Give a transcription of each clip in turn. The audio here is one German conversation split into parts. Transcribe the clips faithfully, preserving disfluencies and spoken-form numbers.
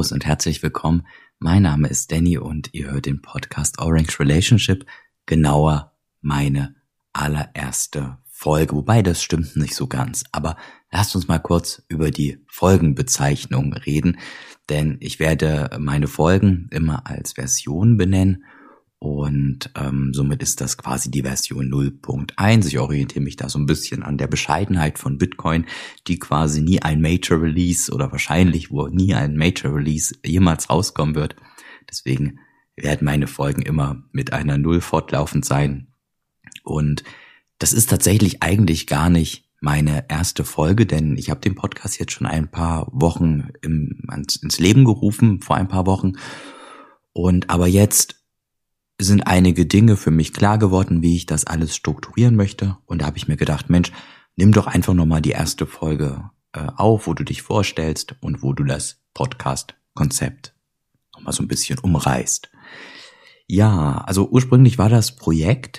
Servus und herzlich willkommen. Mein Name ist Danny und ihr hört den Podcast Orange Relationship, genauer meine allererste Folge, wobei das stimmt nicht so ganz, aber lasst uns mal kurz über die Folgenbezeichnung reden, denn ich werde meine Folgen immer als Version benennen und ähm, somit ist das quasi die Version null Punkt eins. Ich orientiere mich da so ein bisschen an der Bescheidenheit von Bitcoin, die quasi nie ein Major Release oder wahrscheinlich wo nie ein Major Release jemals rauskommen wird. Deswegen werden meine Folgen immer mit einer Null fortlaufend sein. Und das ist tatsächlich eigentlich gar nicht meine erste Folge, denn ich habe den Podcast jetzt schon ein paar Wochen im, ins Leben gerufen, vor ein paar Wochen. Und aber jetzt sind einige Dinge für mich klar geworden, wie ich das alles strukturieren möchte. Und da habe ich mir gedacht, Mensch, nimm doch einfach nochmal die erste Folge äh, auf, wo du dich vorstellst und wo du das Podcast-Konzept nochmal so ein bisschen umreißt. Ja, also ursprünglich war das Projekt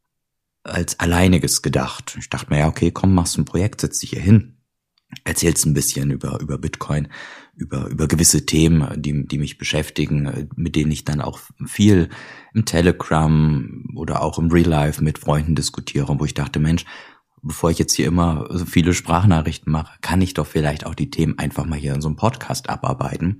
als alleiniges gedacht. Ich dachte mir, ja, okay, komm, machst ein Projekt, setz dich hier hin, erzählst ein bisschen über über Bitcoin, über über gewisse Themen, die die mich beschäftigen, mit denen ich dann auch viel im Telegram oder auch im Real Life mit Freunden diskutiere, wo ich dachte, Mensch, bevor ich jetzt hier immer so viele Sprachnachrichten mache, kann ich doch vielleicht auch die Themen einfach mal hier in so einem Podcast abarbeiten.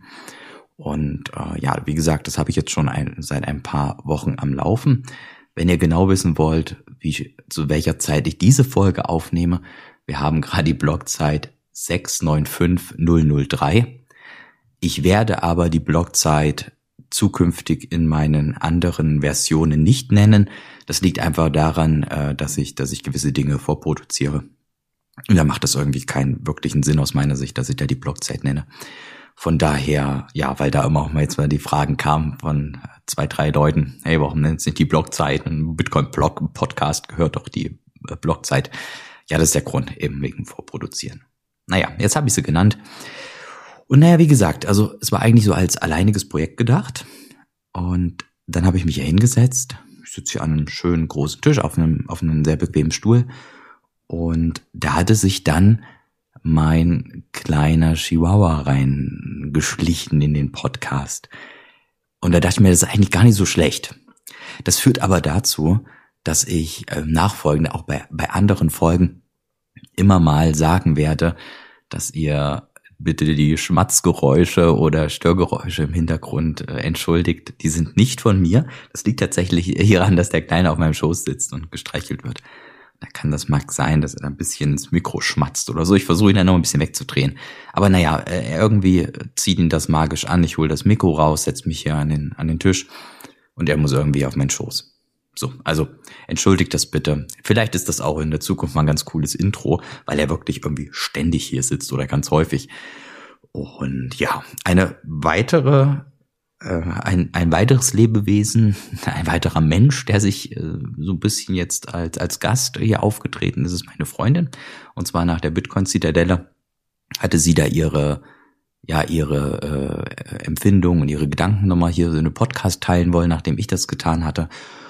Und äh, ja, wie gesagt, das habe ich jetzt schon ein, seit ein paar Wochen am Laufen. Wenn ihr genau wissen wollt, wie zu welcher Zeit ich diese Folge aufnehme, wir haben gerade die Blockzeit sechs neun fünf null null drei. Ich werde aber die Blockzeit zukünftig in meinen anderen Versionen nicht nennen. Das liegt einfach daran, dass ich, dass ich gewisse Dinge vorproduziere. Und da macht es irgendwie keinen wirklichen Sinn aus meiner Sicht, dass ich da die Blockzeit nenne. Von daher, ja, weil da immer auch mal jetzt mal die Fragen kamen von zwei, drei Leuten, hey, warum nennt es nicht die Blockzeit? Ein Bitcoin-Podcast gehört doch die Blockzeit. Ja, das ist der Grund, eben wegen Vorproduzieren. Naja, jetzt habe ich sie genannt. Und naja, wie gesagt, also es war eigentlich so als alleiniges Projekt gedacht. Und dann habe ich mich hier hingesetzt. Ich sitze hier an einem schönen großen Tisch auf einem, auf einem sehr bequemen Stuhl. Und da hatte sich dann mein kleiner Chihuahua reingeschlichen in den Podcast. Und da dachte ich mir, das ist eigentlich gar nicht so schlecht. Das führt aber dazu, dass ich äh, nachfolgend auch bei, bei anderen Folgen immer mal sagen werde, dass ihr bitte die Schmatzgeräusche oder Störgeräusche im Hintergrund äh, entschuldigt. Die sind nicht von mir. Das liegt tatsächlich hieran, dass der Kleine auf meinem Schoß sitzt und gestreichelt wird. Da kann das mag sein, dass er da ein bisschen ins Mikro schmatzt oder so. Ich versuche ihn dann noch ein bisschen wegzudrehen. Aber naja, äh, irgendwie zieht ihn das magisch an. Ich hole das Mikro raus, setze mich hier an den, an den Tisch und er muss irgendwie auf meinen Schoß. So, also entschuldigt das bitte. Vielleicht ist das auch in der Zukunft mal ein ganz cooles Intro, weil er wirklich irgendwie ständig hier sitzt oder ganz häufig. Und ja, eine weitere, äh, ein, ein weiteres Lebewesen, ein weiterer Mensch, der sich äh, so ein bisschen jetzt als, als Gast hier aufgetreten ist, ist meine Freundin. Und zwar nach der Bitcoin-Zitadelle hatte sie da ihre ja ihre äh, Empfindungen und ihre Gedanken nochmal hier so in einem Podcast teilen wollen, nachdem ich das getan hatte.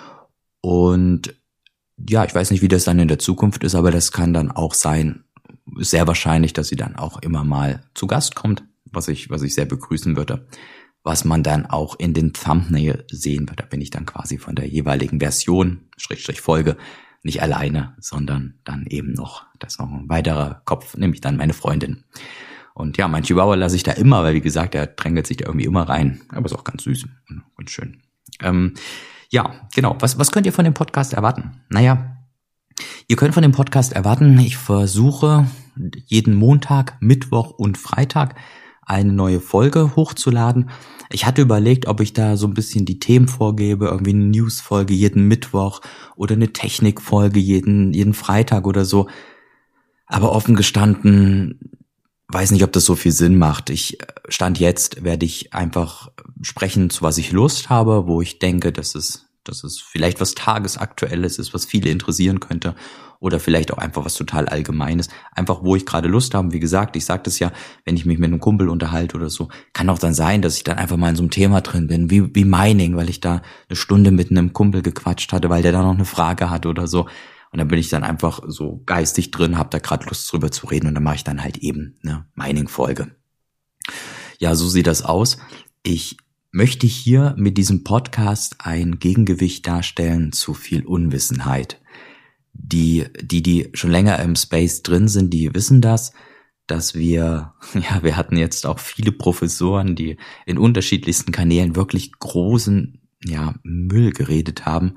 Und ja, ich weiß nicht, wie das dann in der Zukunft ist, aber das kann dann auch sein, ist sehr wahrscheinlich, dass sie dann auch immer mal zu Gast kommt, was ich, was ich sehr begrüßen würde, was man dann auch in den Thumbnail sehen wird. Da bin ich dann quasi von der jeweiligen Version, Schrägstrich Folge, nicht alleine, sondern dann eben noch, das ist noch ein weiterer Kopf, nämlich dann meine Freundin. Und ja, mein Chihuahua lasse ich da immer, weil wie gesagt, der drängelt sich da irgendwie immer rein, aber ist auch ganz süß und, und schön. Ähm, Ja, genau. Was, was könnt ihr von dem Podcast erwarten? Naja, ihr könnt von dem Podcast erwarten, ich versuche jeden Montag, Mittwoch und Freitag eine neue Folge hochzuladen. Ich hatte überlegt, ob ich da so ein bisschen die Themen vorgebe, irgendwie eine News-Folge jeden Mittwoch oder eine Technik-Folge jeden, jeden Freitag oder so. Aber offen gestanden, weiß nicht, ob das so viel Sinn macht. Ich stand jetzt, werde ich einfach sprechen, zu was ich Lust habe, wo ich denke, dass es, dass es vielleicht was Tagesaktuelles ist, was viele interessieren könnte oder vielleicht auch einfach was total Allgemeines. Einfach, wo ich gerade Lust habe. Wie gesagt, ich sage das ja, wenn ich mich mit einem Kumpel unterhalte oder so, kann auch dann sein, dass ich dann einfach mal in so einem Thema drin bin, wie, wie Mining, weil ich da eine Stunde mit einem Kumpel gequatscht hatte, weil der da noch eine Frage hat oder so. Und dann bin ich dann einfach so geistig drin, hab da gerade Lust drüber zu reden und dann mache ich dann halt eben eine Mining-Folge. Ja, so sieht das aus. Ich möchte hier mit diesem Podcast ein Gegengewicht darstellen zu viel Unwissenheit. Die, die, die schon länger im Space drin sind, die wissen das, dass wir, ja, wir hatten jetzt auch viele Professoren, die in unterschiedlichsten Kanälen wirklich großen, ja, Müll geredet haben.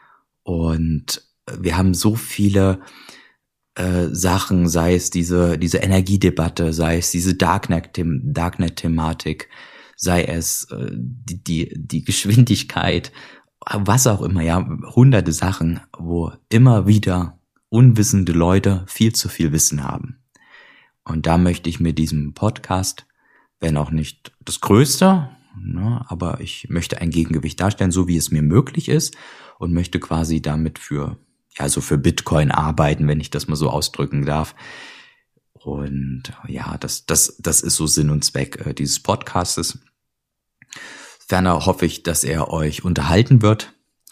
Und wir haben so viele äh, Sachen, sei es diese, diese Energiedebatte, sei es diese Darknet, Darknet-Thematik, sei es äh, die, die, die Geschwindigkeit, was auch immer, ja, hunderte Sachen, wo immer wieder unwissende Leute viel zu viel Wissen haben. Und da möchte ich mit diesem Podcast, wenn auch nicht das Größte, ne, aber ich möchte ein Gegengewicht darstellen, so wie es mir möglich ist, und möchte quasi damit für, ja, so für Bitcoin arbeiten, wenn ich das mal so ausdrücken darf. Und ja, das, das, das ist so Sinn und Zweck äh, dieses Podcastes. Ferner hoffe ich, dass er euch unterhalten wird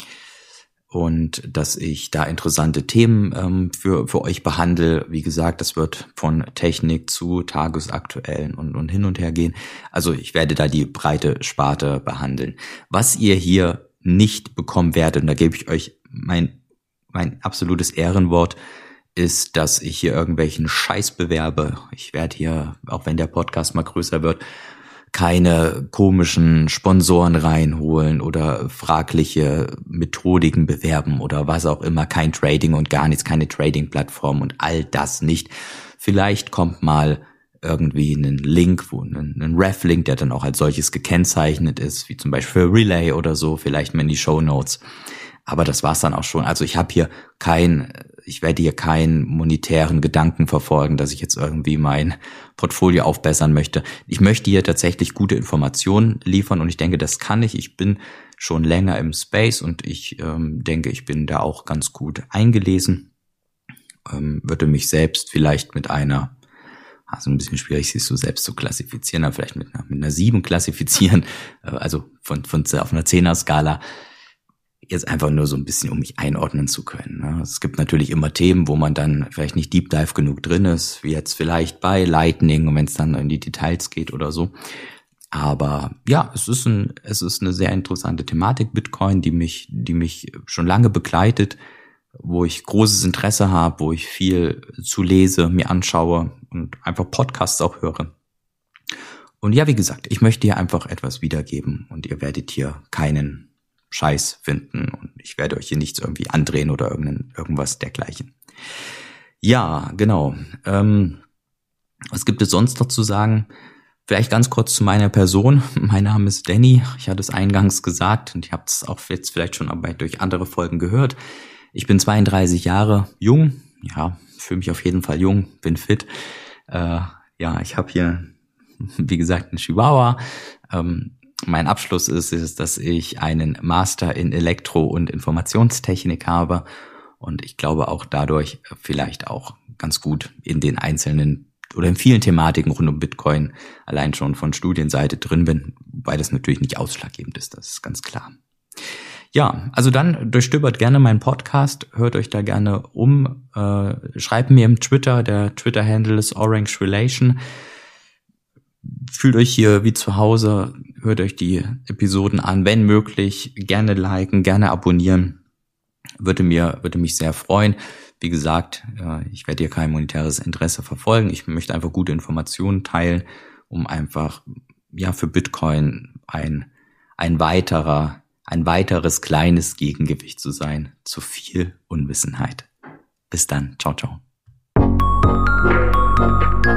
und dass ich da interessante Themen ähm, für für euch behandle. Wie gesagt, das wird von Technik zu tagesaktuellen und, und hin und her gehen. Also ich werde da die breite Sparte behandeln. Was ihr hier nicht bekommen werdet, und da gebe ich euch mein mein absolutes Ehrenwort, ist, dass ich hier irgendwelchen Scheiß bewerbe. Ich werde hier, auch wenn der Podcast mal größer wird, keine komischen Sponsoren reinholen oder fragliche Methodiken bewerben oder was auch immer, kein Trading und gar nichts, keine Trading-Plattform und all das nicht. Vielleicht kommt mal irgendwie ein Link, wo ein, ein Ref-Link, der dann auch als solches gekennzeichnet ist, wie zum Beispiel für Relay oder so, vielleicht mal in die Shownotes. Aber das war's dann auch schon. Also ich habe hier kein, ich werde hier keinen monetären Gedanken verfolgen, dass ich jetzt irgendwie mein Portfolio aufbessern möchte. Ich möchte hier tatsächlich gute Informationen liefern und ich denke, das kann ich. Ich bin schon länger im Space und ich ähm, denke, ich bin da auch ganz gut eingelesen. Ähm, würde mich selbst vielleicht mit einer, also ein bisschen schwierig, sich so selbst zu klassifizieren, aber vielleicht mit einer, mit einer sieben klassifizieren, äh, also von, von auf einer Zehner-Skala. Jetzt einfach nur so ein bisschen, um mich einordnen zu können. Ne? Es gibt natürlich immer Themen, wo man dann vielleicht nicht Deep Dive genug drin ist, wie jetzt vielleicht bei Lightning, und wenn es dann in die Details geht oder so. Aber ja, es ist ein, es ist eine sehr interessante Thematik Bitcoin, die mich, die mich schon lange begleitet, wo ich großes Interesse habe, wo ich viel zu lese, mir anschaue und einfach Podcasts auch höre. Und ja, wie gesagt, ich möchte hier einfach etwas wiedergeben und ihr werdet hier keinen Scheiß finden und ich werde euch hier nichts irgendwie andrehen oder irgendein, irgendwas dergleichen. Ja, genau. Ähm, was gibt es sonst noch zu sagen? Vielleicht ganz kurz zu meiner Person. Mein Name ist Danny. Ich hatte es eingangs gesagt und ich habe es auch jetzt vielleicht schon aber durch andere Folgen gehört. Ich bin zweiunddreißig Jahre jung. Ja, fühle mich auf jeden Fall jung, bin fit. Äh, ja, ich habe hier, wie gesagt, einen Chihuahua. Ähm, Mein Abschluss ist, ist, dass ich einen Master in Elektro- und Informationstechnik habe und ich glaube auch dadurch vielleicht auch ganz gut in den einzelnen oder in vielen Thematiken rund um Bitcoin allein schon von Studienseite drin bin, wobei das natürlich nicht ausschlaggebend ist, das ist ganz klar. Ja, also dann durchstöbert gerne meinen Podcast, hört euch da gerne um, äh, schreibt mir im Twitter, der Twitter-Handle ist Orange Relation. Fühlt euch hier wie zu Hause, hört euch die Episoden an, wenn möglich, gerne liken, gerne abonnieren, würde mir, würde mich sehr freuen. Wie gesagt, ich werde hier kein monetäres Interesse verfolgen, ich möchte einfach gute Informationen teilen, um einfach, ja, für Bitcoin ein, ein weiterer, ein weiteres kleines Gegengewicht zu sein, zu viel Unwissenheit. Bis dann, ciao, ciao.